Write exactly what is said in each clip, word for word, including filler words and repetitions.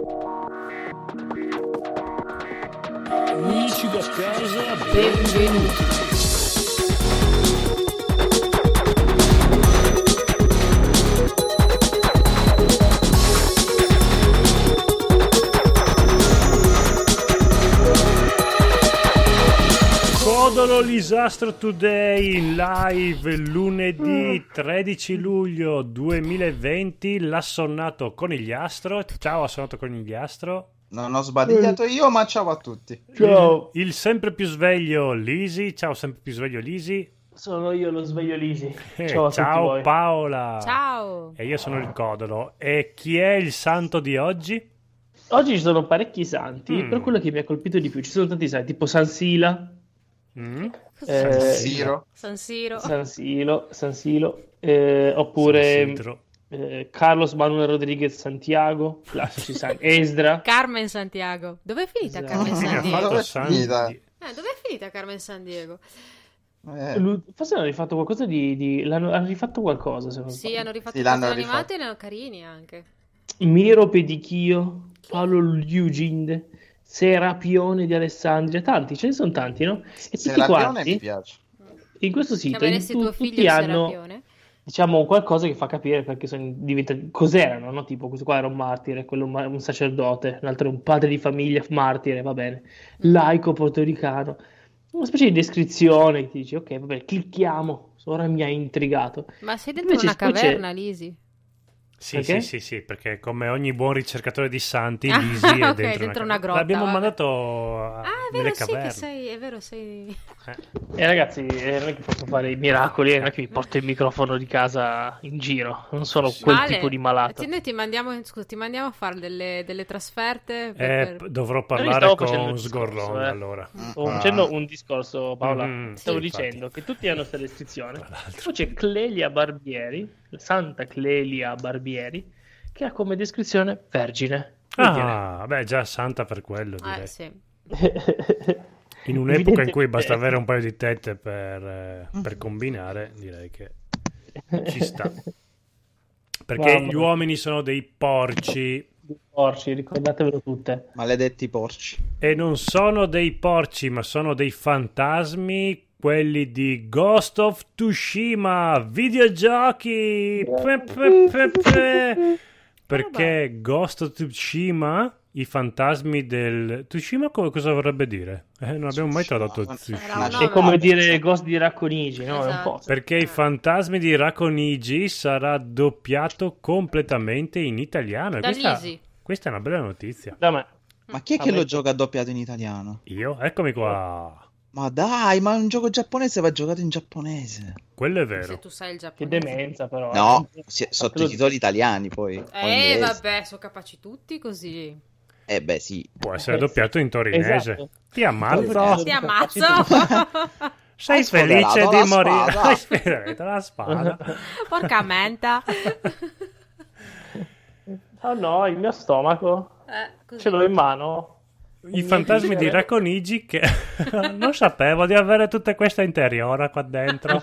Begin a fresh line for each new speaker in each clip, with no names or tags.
Amici da casa, benvenuti. Codolo Lisastro Today in live lunedì tredici luglio duemilaventi. L'assonnato Conigliastro. Ciao assonnato Conigliastro.
Non ho sbadigliato io, ma ciao a tutti.
Ciao. Il, il sempre più sveglio Lisi. Ciao sempre più sveglio Lisi.
Sono io lo sveglio Lisi.
Eh,
Ciao a
ciao
tutti voi.
Paola.
Ciao.
E io sono il Codolo. E chi è il santo di oggi?
Oggi ci sono parecchi santi,
Mm.
però quello che mi ha colpito di più, ci sono tanti santi, tipo San Sila,
Mm?
eh,
San Siro.
San Siro.
San Silo, San Silo, eh, oppure
San Siro.
eh, Carlos Manuel Rodriguez Santiago, classici santi, Esdra.
Carmen Santiago. Dov'è finita
Esatto.
Carmen
Ma
Sandiego?
dove è
San-
finita?
Eh, dov'è finita Carmen Sandiego?
Eh,
Lui- Forse hanno rifatto qualcosa di... di- l'hanno, hanno rifatto qualcosa, se non
Sì,
sbaglio.
hanno rifatto
Sì,
i
l'hanno
cartoni
rifatto.
animati e ne hanno carini anche.
Miro Pedichio, Paolo Liuginde, Serapione di Alessandria, tanti, ce ne sono tanti, no? E tutti
Serapione
quanti
mi piace.
in questo sito in-
Chiameresti
tu-
tuo figlio
tutti
il
hanno,
Serapione?
diciamo, qualcosa che fa capire perché sono diventati, cos'erano, no? Tipo questo qua era un martire, quello ma- un sacerdote, l'altro è un padre di famiglia martire, va bene, laico portoricano, una specie di descrizione che ti dici, ok, va bene, clicchiamo, ora mi ha intrigato.
Ma sei dentro
Invece
una
poi c'è-
caverna, Lisi?
Sì,
Perché?
sì, sì, sì, perché come ogni buon ricercatore di santi,
Ah,
Lisi è
ok,
dentro,
dentro
una,
una grotta,
L'abbiamo
vabbè.
mandato a-
Ah, è
nelle
vero, sì
caverne.
che sei, è vero, sei...
Eh.
E ragazzi, eh, non è che posso fare i miracoli, eh, non è che mi porto il microfono di casa in giro, non sono quel
Vale,
tipo di malato.
ti- Noi ti mandiamo, scusa, ti mandiamo a fare delle, delle trasferte per-
Eh,
per-
p- dovrò
stavo
parlare
facendo
con
il discorso,
Sgorrone
eh.
allora.
Sto facendo un discorso, Paola.
Mm,
Stavo
sì,
dicendo
infatti.
che tutti hanno questa restrizione.
Tra l'altro.
Poi c'è Clelia Barbieri, Santa Clelia Barbieri, che ha come descrizione vergine. Vuol dire-
Ah, beh, già santa per quello, direi.
Eh, sì.
In un'epoca in cui
Evidentemente-
basta avere un paio di tette per, eh, per combinare, direi che ci sta. Perché
Mamma
gli
mia.
uomini sono dei porci
Porci, ricordatevelo tutte.
Maledetti porci.
e non sono dei porci, ma sono dei fantasmi, quelli di Ghost of Tsushima, videogiochi. Pe, pe, pe, pe. Perché Ghost of Tsushima, i fantasmi del Tsushima, co- cosa vorrebbe dire? Eh, non abbiamo mai tradotto
Era
Tsushima.
un
È
nome.
come dire Ghost di Racconigi, no? È un
Esatto.
po'.
Perché i fantasmi di Racconigi sarà doppiato completamente in italiano. E
Da
questa,
Lisi.
questa è una bella notizia.
Da me.
Ma chi è che
Vabbè.
lo gioca doppiato in italiano?
Io? Eccomi qua.
Ma dai, ma un gioco giapponese va giocato in giapponese.
Quello è
Se
vero.
tu sai il
Che
giapponese.
demenza, però.
No,
eh.
si- sottotitoli italiani poi. o
Eh,
inglesi.
vabbè, sono capaci tutti così.
Eh beh, sì.
Può essere
Eh,
doppiato in torinese.
Esatto.
Ti ammazzo.
Torinese.
Ti ammazzo.
Sei
Hai
felice
sfoderato
di
la
morire.
spada.
Hai sfoderato la spada.
Porca menta.
Oh no, il mio stomaco.
Eh, così.
Ce l'ho in mano.
I fantasmi di Racconigi che non sapevo di avere tutta questa interiora qua dentro.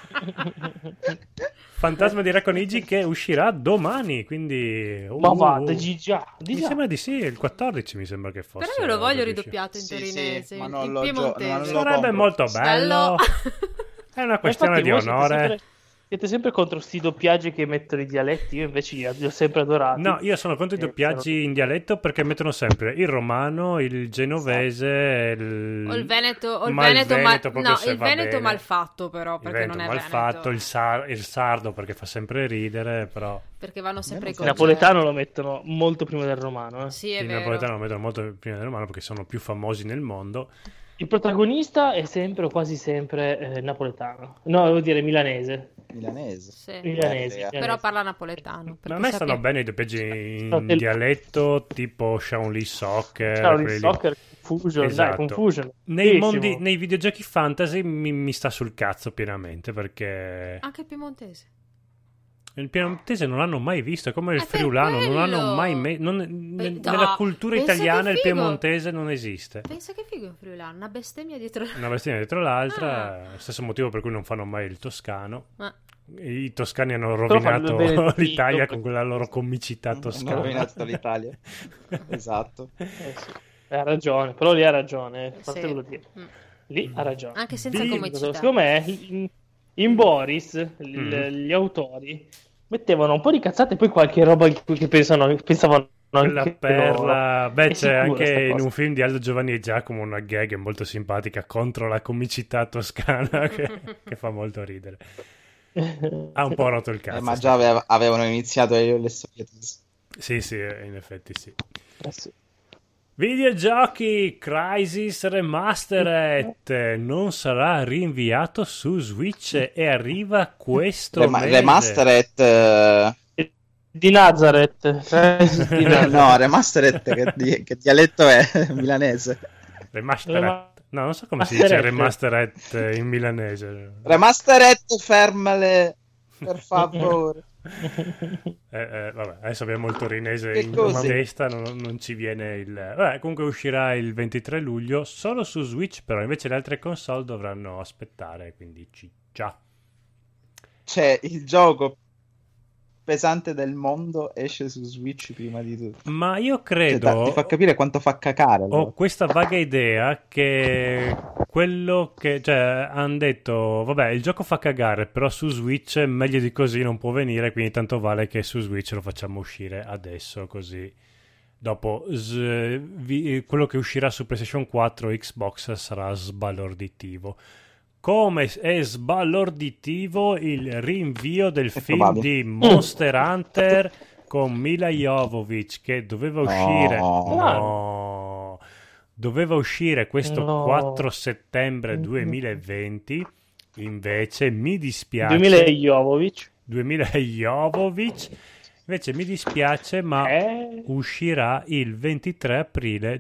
Fantasma di Racconigi che uscirà domani, quindi
Ma
uh,
va, di già, di
mi
già.
sembra di sì, il quattordici mi sembra che fosse.
Però io lo voglio
dove uscirà.
ridoppiato in
Sì,
torinese,
sì, ma
in
non lo gio-
piemontese.
non lo
Sarebbe
compro.
molto bello.
Bello.
È una questione
Infatti
di
voi siete
onore.
sempre- Siete sempre contro sti doppiaggi che mettono i dialetti, io invece li li ho sempre adorati.
No, io sono contro i
Eh,
doppiaggi in dialetto perché mettono sempre il romano, il genovese, il...
O il Veneto, o il
ma il
Veneto,
Veneto
mal...
proprio
no,
se
il
va
Veneto
bene.
malfatto però,
Il
perché
Veneto
non è
mal
Veneto.
fatto, il, sar- il sardo perché fa sempre ridere, però
Perché vanno sempre i
Il
Il
concerti.
napoletano lo mettono molto prima del romano. eh.
Sì, è
il
vero.
napoletano lo mettono molto prima del romano perché sono più famosi nel mondo.
Il protagonista è sempre o quasi sempre eh, napoletano. No, devo dire milanese.
Milanese.
Sì.
Milanese.
Eh,
Però parla napoletano.
Ma a
perché
me
sa
stanno
che-
bene i doppiaggi in
Fratello.
dialetto tipo Shaolin Soccer.
Ciao, il
quelli lì.
soccer, Confusion,
Esatto.
dai, Confusion.
Nei,
Bellissimo.
mondi, nei videogiochi fantasy mi, mi sta sul cazzo pienamente perché
Anche il piemontese.
il piemontese non l'hanno mai visto, è come il
È per
friulano, non
quello.
l'hanno mai me- non-
Beh,
nel-
no,
nella cultura
pensa
italiana
che
il
figo.
piemontese non esiste.
Pensa che figo in friulano, una bestemmia dietro.
Una vestina dietro l'altra,
Ah.
stesso motivo per cui non fanno mai il toscano.
Ma
I toscani hanno
Però fa
rovinato
il Benedetto,
l'Italia
poi-
con quella loro comicità
Hanno
toscana.
rovinato l'Italia. Esatto.
Eh sì, ha ragione, però lì ha ragione, eh,
Sì.
fatevelo dire.
Mm.
Lì ha ragione.
Anche senza
Vi-
comicità.
Secondo me in, in Boris il-
Mm.
gli autori mettevano un po' di cazzate e poi qualche roba in cui che pensano, pensavano
Quella
anche
perla,
loro.
beh,
È
c'è
sicura
anche
sta
in
cosa.
un film di Aldo Giovanni e Giacomo una gag molto simpatica contro la comicità toscana che, che fa molto ridere. Ha un po' rotto il cazzo.
Eh, ma
sta
già
cosa.
aveva- avevano iniziato io le solite.
Sì, sì, in effetti sì.
Eh sì.
Videogiochi Crysis Remastered non sarà rinviato su Switch e arriva questo
Rema-
mese.
Remastered. eh,
Di Nazareth. Crisis di Nazareth.
No, Remastered, che, di- che dialetto è milanese?
Remastered.
Rema-
No, non so come si dice
Remastered.
remastered in milanese.
Remastered, fermale, per favore.
Eh, eh, vabbè, adesso abbiamo il torinese
Che
in
così?
testa, non, non ci viene il... Vabbè, comunque uscirà il ventitré luglio solo su Switch, però invece le altre console dovranno aspettare, quindi ciccia.
Cioè, il gioco pesante del mondo esce su Switch prima di tutto.
Ma io
Cioè,
credo...
da- ti fa capire quanto fa cacare.
Ho
allora.
questa vaga idea che quello che, cioè, hanno detto, vabbè, il gioco fa cagare, però su Switch meglio di così non può venire, quindi tanto vale che su Switch lo facciamo uscire adesso, così. Dopo, s- vi- quello che uscirà su PlayStation quattro e Xbox sarà sbalorditivo. Come è sbalorditivo il rinvio del
È
film
probabile.
di Monster Hunter con Mila Jovovich che doveva uscire...
No.
No. Doveva uscire questo
No.
quattro settembre duemilaventi, invece mi dispiace...
duemila Jovovic.
duemila Jovovich, invece mi dispiace, ma
Eh?
uscirà il ventitré aprile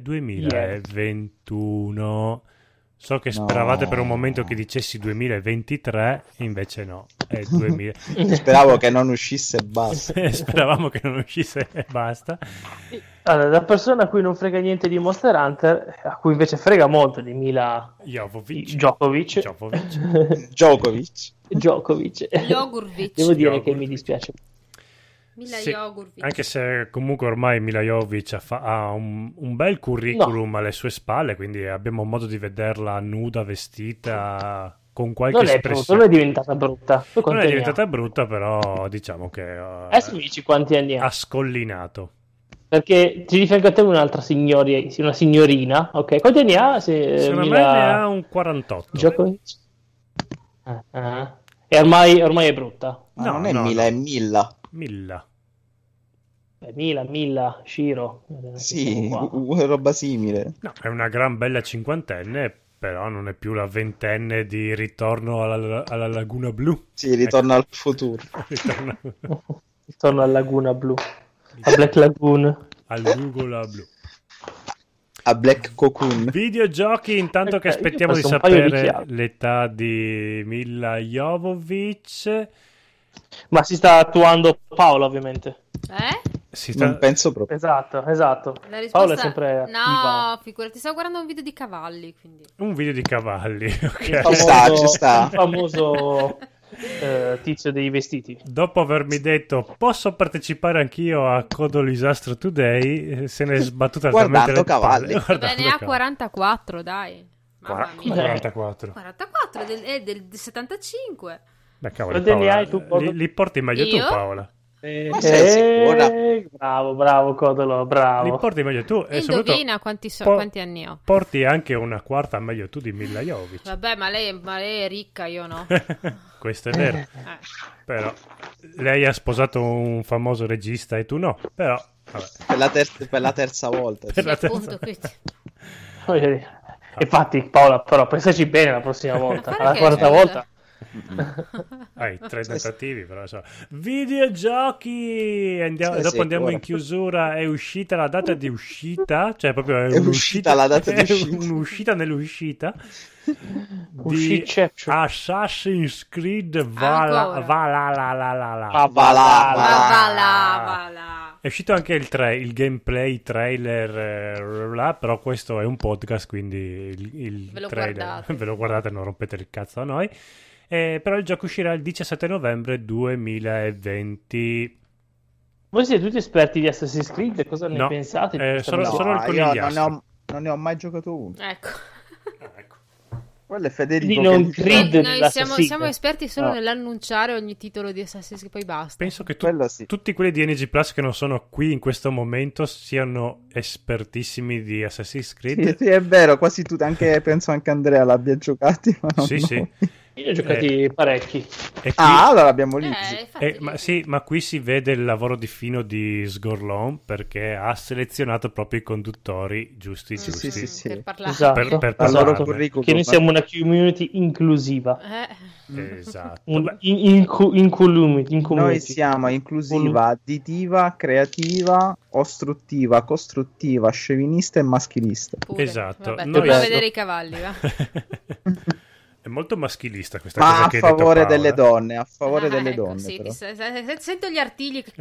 duemilaventuno. So che
No.
speravate per un momento che dicessi duemilaventitré, invece no, è duemila.
Speravo che non uscisse e basta.
Speravamo che non uscisse e basta.
Allora, da persona a cui non frega niente di Monster Hunter, a cui invece frega molto di Mila
Jovovich.
Djokovic,
Djokovic.
Djokovic.
Djokovic.
Jogurvic.
Devo dire che
Jogurvic.
mi dispiace.
Mila
Sì,
Jogurvic.
anche se comunque ormai Mila Jovovich ha, fa- ha un, un bel curriculum alle sue spalle, quindi abbiamo modo di vederla nuda, vestita, con qualche
Non è brutta,
espressione.
non è diventata brutta. Poi
Non
quanti
è
anni
diventata
ha?
brutta, però diciamo che eh,
Adesso mi dici quanti anni ha.
ha scollinato.
Perché ti di fianco a te un'altra signori, sì, una signorina, ok? Quanti anni ha? Se,
Secondo me
Mila
ne ha un quarantotto.
Djokovic? Ah, ah. E ormai, ormai è brutta.
Ma
No,
non è
no,
Mila,
no.
è Milla.
Milla.
Beh, Mila, Milla, Shiro. Eh,
Sì,
siamo qua.
u- u- roba simile.
No, è una gran bella cinquantenne, però non è più la ventenne di Ritorno alla, alla Laguna Blu.
Sì, ritorna al futuro.
Ritorno
Torno a Laguna Blu. A Black Lagoon.
all'Ugola Blu.
A Black Cocoon.
Videogiochi, intanto che
Ok, io
aspettiamo di
passo un paio di
sapere
chiavi.
l'età di Mila Jovovich.
Ma si sta attuando Paola, ovviamente.
Eh?
Si sta...
Non penso proprio.
Esatto, esatto.
La risposta...
Paola è sempre attiva.
No, figurati, stavo guardando un video di cavalli, quindi...
Un video di cavalli,
Il
ok.
Ci sta, ci sta.
il famoso eh, tizio dei vestiti.
Dopo avermi detto posso partecipare anch'io a Codolisastro Today, eh, se ne è sbattuta
Guardando
talmente le
cavalli.
palle.
Beh,
Guardando
ne ha
cavalli.
quarantaquattro, dai. Mamma
Qua-
mia.
quarantaquattro.
quarantaquattro, è del, è del settantacinque.
Beh, cavolo,
Quanti anni
Paola,
hai tu, Codo?
li, li porti meglio tu,
Io?
Paola.
Ma sei sicura?
Eh, bravo, bravo, Codolo,
Li
bravo.
porti meglio tu e soprattutto
Indovina quanti, so-
po-
quanti anni ho.
porti anche una quarta meglio tu di Mila Jovovich.
Vabbè, ma lei, ma lei è ricca, io no.
Questo è vero.
Eh.
Però lei ha sposato un famoso regista e tu no. Però vabbè.
Per la, ter- per la terza volta.
Per la terza-
Appunto, quindi.
Voglio dire. Infatti, Paola, però pensaci bene la prossima volta.
Ma
La
perché,
quarta
scusa?
volta.
Hai tre tentativi, però insomma. Videogiochi. Andiamo-
Sei
dopo andiamo
sicura?
in chiusura. È uscita la data di uscita, cioè proprio è,
È
un'uscita,
uscita la data di
è
uscita.
un'uscita nell'uscita di
Usciception.
Assassin's Creed Vala,
Ancora?
Vala, la, la, la, la.
Ah,
Va là,
Ma
va
va là, va là.
È uscito anche il tre, il gameplay trailer, eh, là, però questo è un podcast, quindi il, il
Ve lo
trailer
guardate.
ve lo guardate, non rompete il cazzo a noi. Eh, però il gioco uscirà il diciassette novembre duemilaventi.
Voi siete tutti esperti di Assassin's Creed, cosa ne
No,
pensate? di
eh,
questa
solo-
roba?
solo il
io non ne,
conigliastro.
ho, non ne ho mai giocato uno.
Ecco.
Ah, ecco.
Quello è Federico.
Quindi non
che dice-
credo-
Noi
dell'Assassin's
siamo,
Creed.
siamo esperti solo
No.
nell'annunciare ogni titolo di Assassin's Creed, poi basta.
Penso che tu-
Quello sì.
tutti quelli di N G Plus che non sono qui in questo momento siano espertissimi di Assassin's Creed.
Sì, sì, è vero, quasi tutti, anche, penso anche Andrea l'abbia giocati. Ma non
Sì, sì.
noi.
Io ne ho giocati parecchi.
E qui-
Ah, allora abbiamo lì.
Eh, infatti,
eh, ma, sì, ma qui si vede il lavoro di fino di Sgorlon perché ha selezionato proprio i conduttori giusti
Sì,
giusti.
sì, sì.
per parlare.
Esatto.
Per- per
Allora,
parlarne.
Esatto.
curriculum.
Che noi siamo una community inclusiva.
Eh.
Esatto.
Un,
Beh,
in, in, in, community, in
Noi
community.
siamo inclusiva, additiva, creativa, ostruttiva, costruttiva, scevinista e maschilista.
Pure.
Esatto.
Vabbè,
Noi-
torna a
Esatto.
vedere i cavalli, va.
È molto maschilista questa
Ma
cosa
a
che hai detto,
favore
Paola.
delle donne, a favore
Ah,
delle
ecco,
donne.
sì,
però.
ti se- se- sento gli artigli che-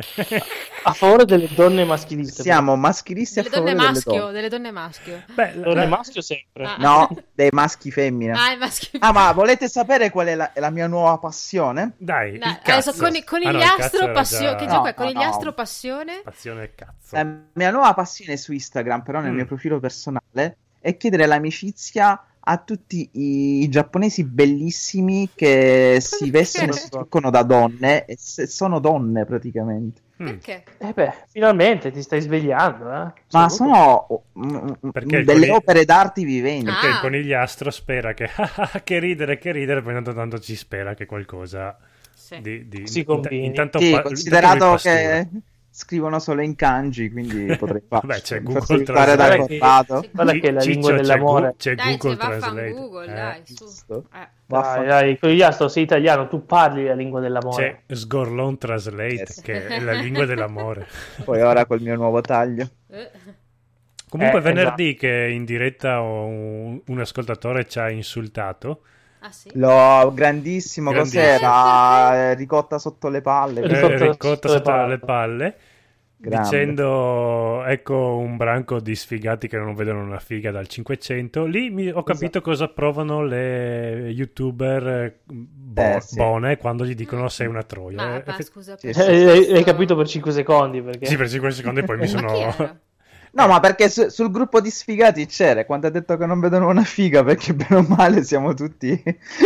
A favore delle donne maschiliste.
Siamo maschilisti
delle
a favore
donne
delle
maschio,
donne.
delle donne maschio.
Beh,
Donne
la-
maschio sempre.
Ah.
No, dei maschi femmina.
Ah, i maschi.
Ah, ma volete sapere qual è la, è la mia nuova passione?
dai,
Dai,
il cazzo.
adesso con,
Ah, no, il
conigliastro,
cazzo era
passione.
già-
Che
No,
gioco è?
no,
Conigliastro,
no.
passione?
Passione e cazzo.
La mia nuova passione su Instagram, però nel
Mm.
mio profilo personale, è chiedere l'amicizia a tutti i giapponesi bellissimi che si vestono e si truccano da donne e se- sono donne praticamente.
Mm.
Perché?
Eh beh, finalmente ti stai svegliando, eh?
Ma
Sì,
sono mm, mm,
Perché il
delle
coni-
opere d'arte viventi.
Perché
Ah.
il conigliastro spera che "Ah, che ridere, che ridere, poi tanto, tanto ci spera che qualcosa
Sì.
di, di-
Si
int-
combini.
intanto
Sì,
fa-
considerato
intanto lui pastura.
che scrivono solo in kanji, quindi potrei fare.
Vabbè, c'è
mi
Google
faccio aiutare
Translate.
da Corrado.
Guarda che è la
Ciccio,
lingua
c'è
dell'amore.
Gu- C'è,
Dai,
Google
c'è vaffa
Translate.
Google,
Eh,
dai, su.
giusto.
Eh.
Dai,
Vaffa-
dai, conigliastro, sei italiano, tu parli la lingua dell'amore.
C'è Sgorlon Translate,
Yes.
che è la lingua dell'amore.
Poi ora col mio nuovo taglio.
Eh.
Comunque
Eh,
venerdì che in diretta un, un ascoltatore ci ha insultato.
Ah, sì?
Lo grandissimo,
Grandissimo.
cos'era? Eh, Ricotta sotto le palle.
eh,
Ricotta
ricotta
sotto le
sotto
palle.
le palle.
Grande.
Dicendo ecco un branco di sfigati che non vedono una figa dal cinquecento. Lì mi- ho capito cosa provano le youtuber eh, bo-
Eh, sì.
buone quando gli dicono sei una troia.
Ma,
Eh,
ma
effe-
scusa,
Sì,
per
sì.
Eh,
questo-
hai, hai capito per cinque secondi perché
Sì, per cinque secondi poi mi
Ma chi
sono...
era?
No, ma perché su- sul gruppo di sfigati c'era quando ha detto che non vedono una figa, perché bene o male siamo tutti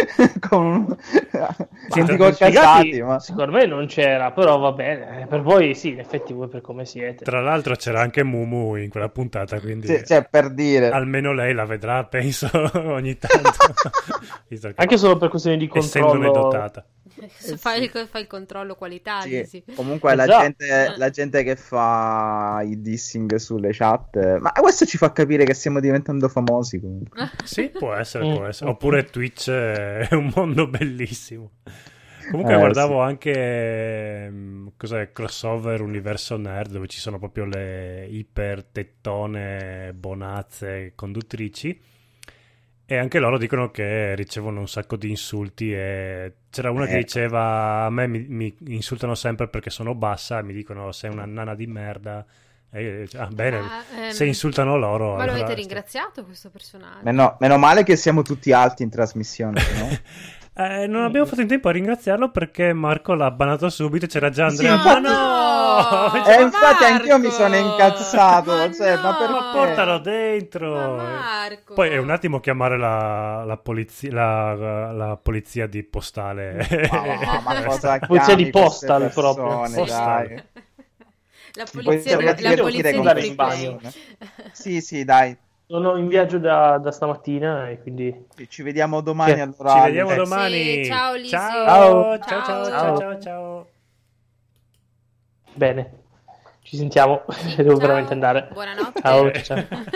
con un...
Sì,
non dico
spiegati,
casati, ma...
secondo me non c'era, però va bene. Per voi sì, in effetti voi per come siete.
Tra l'altro c'era anche Mumu in quella puntata, quindi
Sì, cioè, per dire...
almeno lei la vedrà, penso, ogni tanto. Visto che
Anche solo per questioni di
essendone
controllo.
dotata.
Fai, il, fai il controllo qualità,
Sì,
dici.
comunque la,
Esatto.
gente, la gente che fa i dissing sulle chat, ma questo ci fa capire che stiamo diventando famosi comunque.
Sì, può essere,
Mm.
può essere. Oppure Twitch è un mondo bellissimo. Comunque
Eh,
guardavo
sì.
anche ehm, cos'è Crossover Universo Nerd, dove ci sono proprio le iper tettone bonazze conduttrici. E anche loro dicono che ricevono un sacco di insulti e c'era una che
Eh.
diceva a me mi, mi insultano sempre perché sono bassa, mi dicono sei una nana di merda. E io dico, ah, bene,
Ah, ehm,
se insultano loro...
Ma lo
allora-
avete ringraziato questo personaggio?
Meno, meno male che siamo tutti alti in trasmissione, no?
Eh, non abbiamo fatto in tempo a ringraziarlo perché Marco l'ha bannato subito. C'era già
Sì,
Andrea.
infatti-
ma no!
Ma
Eh, infatti
Marco!
anch'io mi sono incazzato,
Ma
cioè,
no!
ma perché?
Ma portalo dentro.
Ma Marco!
Poi è un attimo chiamare la, la, polizia, la, la polizia di postale.
Ma, ma, ma cosa
Polizia
chiami
di postal
queste
proprio.
persone,
Postal.
dai.
La
Puoi
polizia,
farla
di, la
divertire
polizia
con
di
andare
queste
in bagno.
persone. Sì, sì, dai.
Sono in viaggio da, da stamattina e quindi
Ci vediamo domani
Sì.
allora.
Ci vediamo
Eh,
domani.
Sì, ciao, Lisi.
Ciao, ciao,
Ciao.
ciao, ciao,
Ciao.
ciao, ciao.
bene. Ci sentiamo. Devo
Ciao.
veramente andare.
Buonanotte.
Ciao, ciao.